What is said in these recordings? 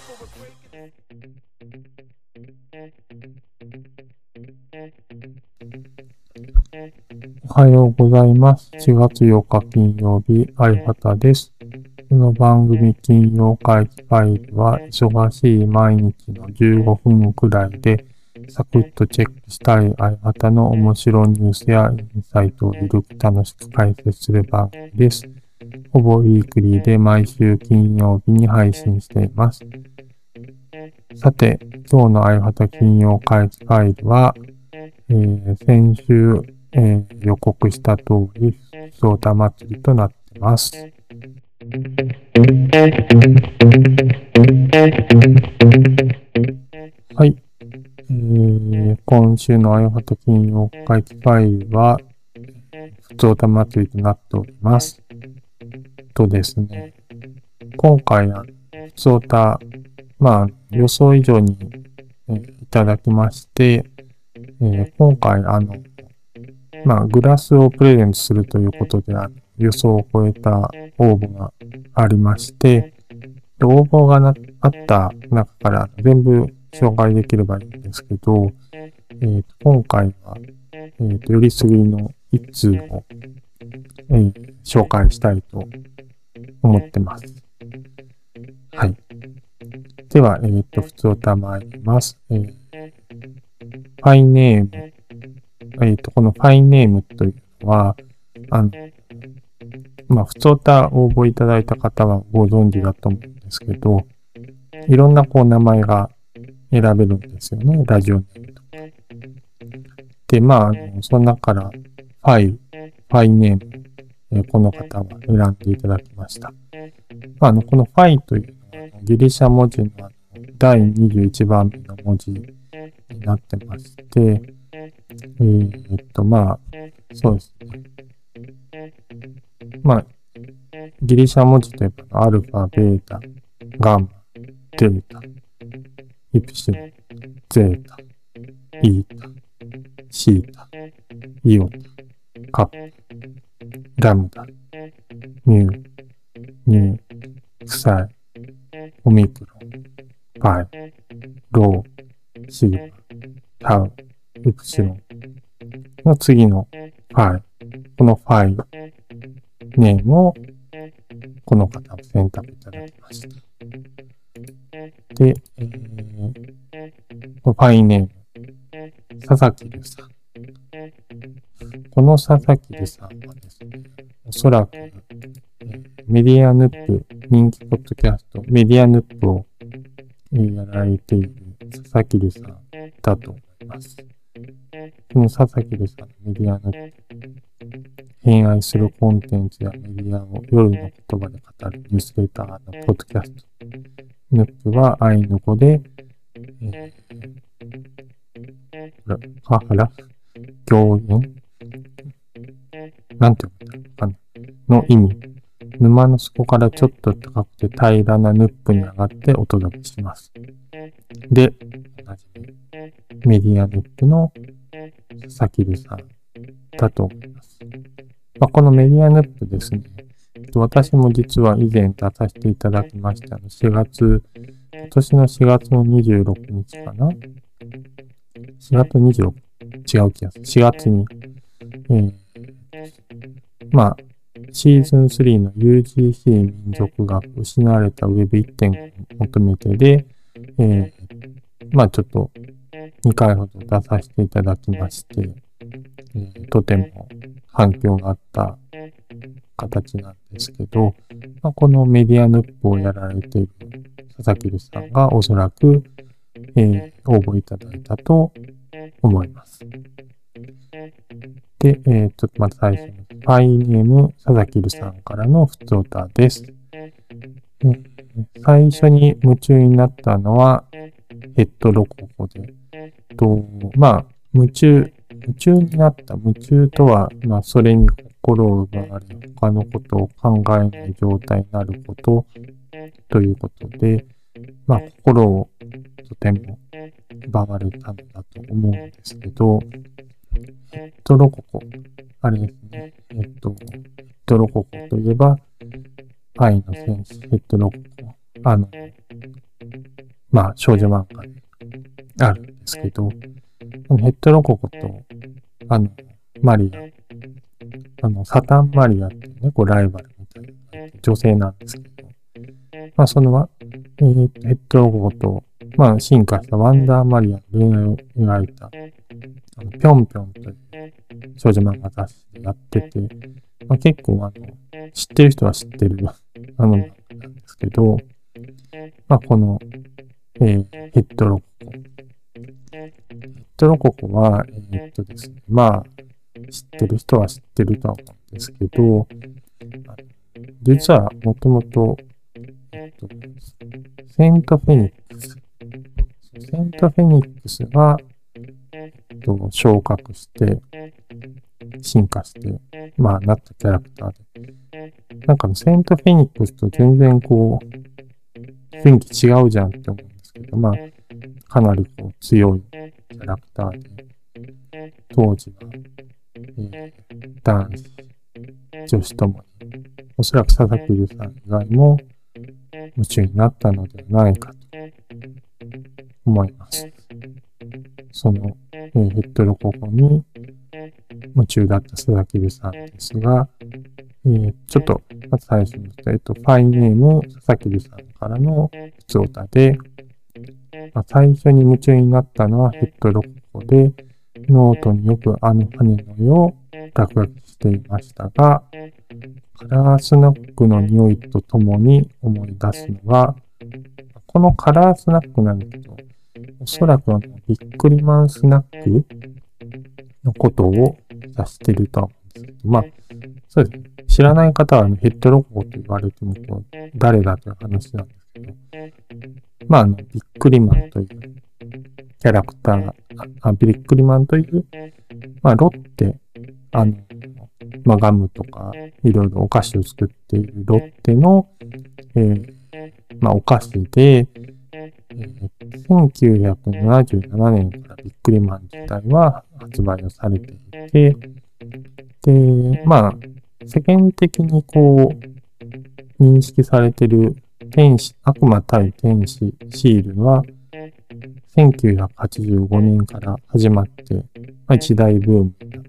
おはようございます。4月8日金曜日、あいはたです。この番組金曜会議ファイルは忙しい毎日の15分くらいでサクッとチェックしたいあいはたの面白いニュースやインサイトをゆるく楽しく解説する番組です。ほぼウィークリーで毎週金曜日に配信しています。さて、今日のあいはた金曜会議ファイルは、先週、予告した通り、ふつおた祭りとなってます。はい。今週のあやはた金曜会議ファイルは、ふつおた祭りとなっております。とですね、今回は、ふつおた、予想以上に、いただきまして、今回、グラスをプレゼントするということで、予想を超えた応募がありまして、応募があった中から全部紹介できればいいんですけど、今回は、よりすぐりの1通を、紹介したいと思ってます。はい。では、普通おた参ります。ファイネーム。このファイネームというのは、普通おた応募いただいた方はご存知だと思うんですけど、いろんな名前が選べるんですよね。ラジオネームとか。で、その中からファイネーム、この方は選んでいただきました。このファイというのはギリシャ文字の第21番目の文字になってまして、そうですね。ギリシャ文字といえば、アルファ、ベータ、ガンマ、デルタ、イプシロン、ゼータ、イータ、シータ、イオタ、カップ、ラムダ、ミュー、ニュー、クサイ、オミクロン、パイ、ロー、シグマ、タウ、イプシロンの次のファイ、このファイネームをこの方を選択いただきました。で、ファイネーム、佐々木留さん。この佐々木留さんはですね、おそらく、メディアヌップ、人気ポッドキャスト、メディアヌップを、やられている佐々木留さんだと思います。この佐々木留さんのメディアヌップ、偏愛するコンテンツやメディアを夜の言葉で語るニュースレターのポッドキャスト。ヌップは愛の語で、狂言なんて読むんだろうかなの意味。沼の底からちょっと高くて平らなヌップに上がってお届けします。で、同じメディアヌップの佐々木留さんだと思います。このメディアヌップですね。私も実は以前出させていただきました。今年の4月の26日かな ?4 月26日違う気がする。4月に、シーズン3の UGC 民族学失われた Web1.5 を求めてで、ちょっと2回ほど出させていただきまして、とても反響があった形なんですけど、このメディアヌップをやられている佐々木留さんがおそらく、応募いただいたと思います。で、ちょっとまず最初に、ファイネーム佐々木留さんからのふつおたです。最初に夢中になったのは、ヘッドロココで、夢中になった。夢中とは、それに心を奪われ、他のことを考えない状態になることということで、心をとても奪われたのだと思うんですけど、ヘッドロココ、あれですね、ヘッドロココといえば、パイの選手、ヘッドロココ、 まあ少女漫画であるんですけど、ヘッドロココと、マリア、サタンマリアっていうね、ライバルみたいな女性なんですけど、まあその、ヘッドロココと、まあ進化したワンダーマリアの恋愛を描いた、ぴょんぴょんという少女漫画雑誌でやってて、まあ、結構知ってる人は知ってる漫画なんですけど、まあこの、ヘッドロココ。ヘッドロココは、ですね、まあ、知ってる人は知ってるとは思うんですけど、実はもともと、セントフェニックス。セントフェニックスが、昇格して、進化して、まあ、なったキャラクターで。なんかセントフェニックスと全然雰囲気違うじゃんって思うんですけど、まあ、かなり強いキャラクターで、当時は、男子、女子ともに、おそらく佐々木留さん以外も夢中になったのではないかと思います。その、ヘッドロココに夢中だった佐々木留さんですが、ちょっと、まず最初に、ファイネーム佐々木留さんからの普通歌で、最初に夢中になったのはヘッドロココで、ノートによく羽の絵を落書きしていましたが、カラースナックの匂いとともに思い出すのが、このカラースナックなんだけど、おそらくビックリマンスナックのことを指しているとは思うんですけど、まあ、そうですね。知らない方はヘッドロココと言われても誰だという話なんですけど、まあ、ビックリマンというキャラクター、ビックリマンという、まあ、ロッテ、まあ、ガムとか、いろいろお菓子を作っているロッテの、まあ、お菓子で、1977年からビックリマン自体は発売をされていて、で、まあ、世間的に認識されている悪魔対天使シールは、1985年から始まって、まあ、一大ブームになって、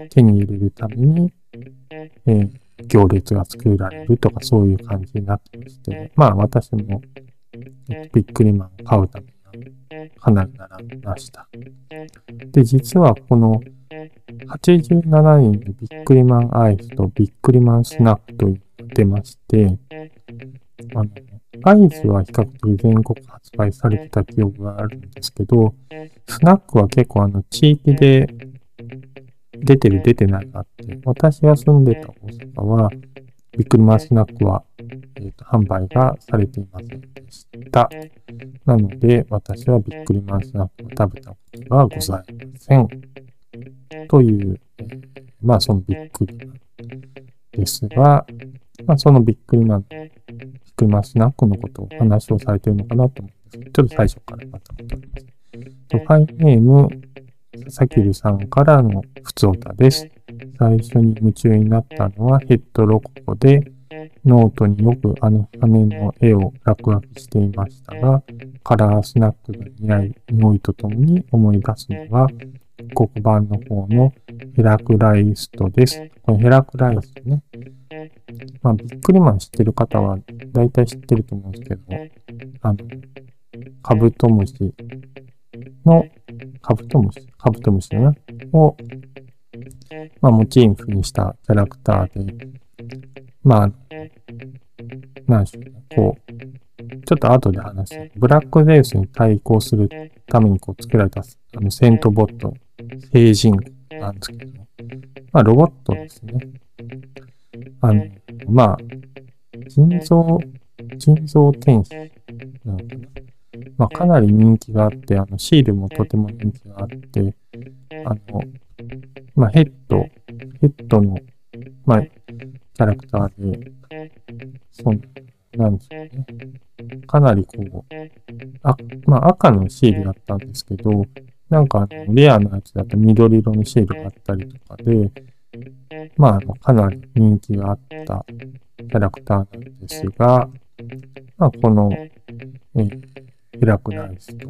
手に入れるために、行列が作られるとかそういう感じになってまして、まあ私もビックリマンを買うためにかなり並びました。で、実はこの87年にビックリマンアイスとビックリマンスナックというのが出まして、アイスは比較的全国発売されてた記憶があるんですけど、スナックは結構地域で出てる出てないがあって、私が住んでた大阪は、ビックリマンスナックは、販売がされていませんでした。なので、私はビックリマンスナックを食べたことがございません。という、まあそのビックリマンですが、まあそのビックリマンスナックのことを話をされているのかなと思うんですけど、ちょっと最初からまた戻ります。ファイネーム、佐々木留さんからの普通歌です。最初に夢中になったのはヘッドロココで、ノートによく羽の絵を落書きしていましたが、カラースナックが匂いとともに思い出すのが、黒板の方のヘラクライストです。このヘラクライストね。まあ、ビックリマン知ってる方は大体知ってると思うんですけど、カブトムシだな、を、まあ、モチーフにしたキャラクターで、まあ、なんでしょうね、ちょっと後で話す。ブラックゼウスに対抗するために作られた、セントボット、聖人なんですけど、まあ、ロボットですね。まあ、人造天使なのかな。まあ、かなり人気があって、シールもとても人気があって、まあ、ヘッドの、まあ、キャラクターで、なんですよね。かなりまあ、赤のシールだったんですけど、なんかレアなやつだと緑色のシールがあったりとかで、まあ、かなり人気があったキャラクターなんですが、まあ、この、 ヘラクライスト。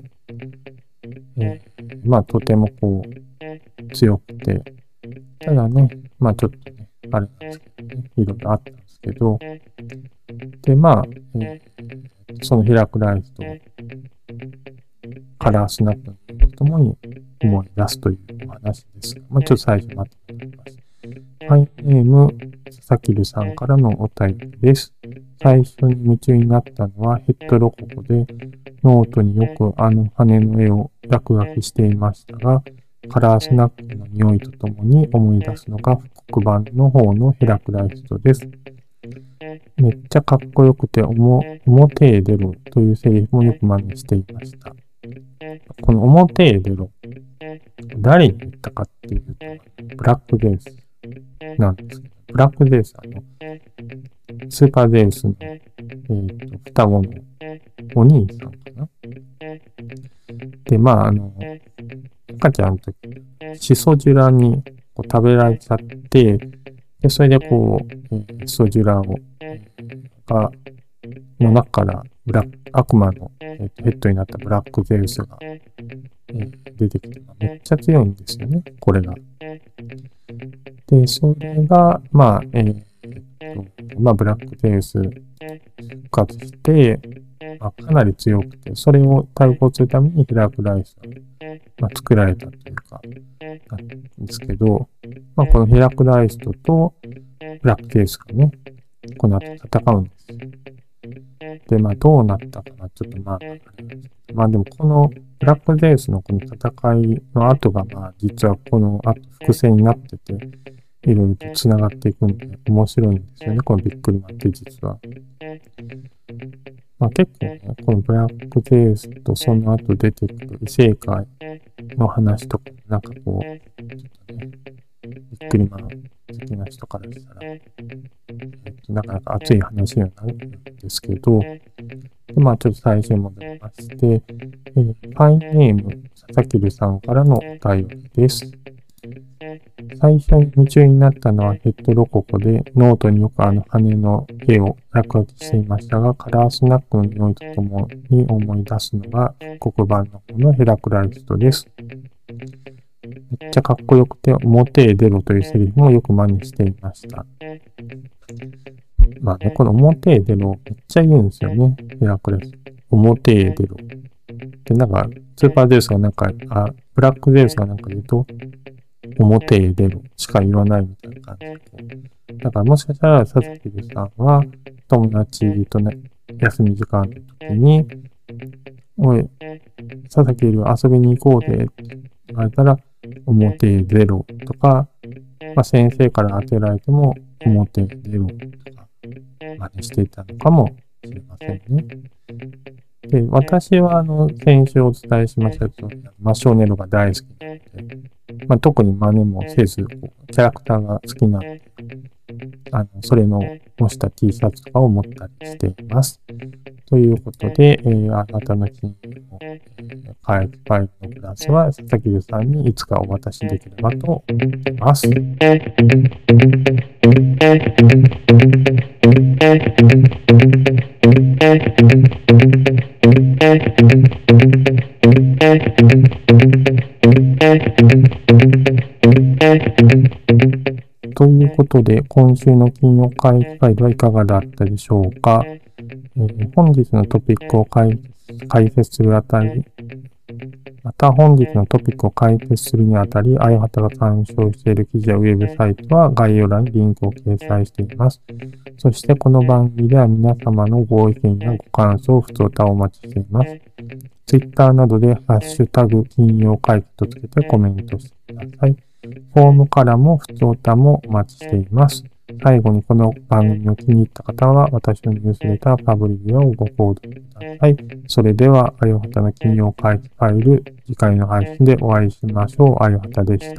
とても強くて、ただね、ちょっとね、あれなんですけどね、いろいろあったんですけど、で、そのヘラクライストをカラースナップとともに思い出すというお話ですが、ちょっと最初まとめてみます。ハイネーム、佐々木留さんからのお便りです。最初に夢中になったのはヘッドロココで、ノートによくあの羽の絵を落書きしていましたが、カラースナップの匂いとともに思い出すのが黒板の方のヘラクライストです。めっちゃかっこよくて表へ出ろというセリフもよく真似していました。この表へ出ろ、誰に言ったかっていうと、ブラックゼウスなんですけど、ブラックゼウススーパーゼウスの、双子のお兄さんかな。で、赤ちゃんの時、シソジュラに食べられちゃって、で、それでシソジュラの中から悪魔の、ヘッドになったブラックゼウスが、出てきて、めっちゃ強いんですよね、これが。で、それが、ブラックゼウス復活して、かなり強くて、それを対抗するためにヘラクライスが、作られたというか、なんですけど、このヘラクライストとブラックゼウスがね、この後戦うんです。で、どうなったかな、ちょっとでもこのブラックゼウスのこの戦いの後が、実はこの後伏線になってて、いろいろと繋がっていくんで、面白いんですよね、このびっくりマンって実は。結構ね、このブラックゼウスとその後出てくる異世界の話とか、ちょっとね、びっくりマン好きな人からしたら、なかなか熱い話にはなるんですけど、でちょっと最初に戻りまして、パイネーム佐々木留さんからのお便りです。最初に夢中になったのはヘッドロココで、ノートによくあの羽の絵を落書きしていましたが、カラースナックの匂いとともに思い出すのが黒板の方のヘラクライストです。めっちゃかっこよくて、表へ出ろというセリフもよく真似していました。この表へ出ろ、めっちゃ言うんですよね。ヘラクライスト。表へ出ろ。で、スーパーゼウスがブラックゼウスが言うと、表へ出ろしか言わないみたいな感じ。だからもしかしたら佐々木さんは友達とね、休み時間の時に、おい、佐々木遊びに行こうでって言われたら、表へ出ろとか、先生から当てられても表へ出ろとか、真似していたのかもしれませんね。で、私は先週お伝えしましたけど、マショーネロが大好きなので、特に真似もせず、キャラクターが好きなので、それの模した T シャツとかを持ったりしています。ということで、あなたの金融の会議ファイルのグラスは佐々木さんにいつかお渡しできればと思います。ということで、今週の金曜会議ファイルはいかがだったでしょうか。本日のトピックを解説するあたり、また本日のトピックを解説するにあたり、あやはたが参照している記事やウェブサイトは概要欄にリンクを掲載しています。そしてこの番組では皆様のご意見やご感想、ふつおたをお待ちしています。Twitter などでハッシュタグ金曜会議とつけてコメントしてください。フォームからもふつおたもお待ちしています。最後にこの番組を気に入った方は私のニュースレターパブリビアをご購読ください。それでは、あよはたの金曜会議ファイル、次回の配信でお会いしましょう。あよはたでした。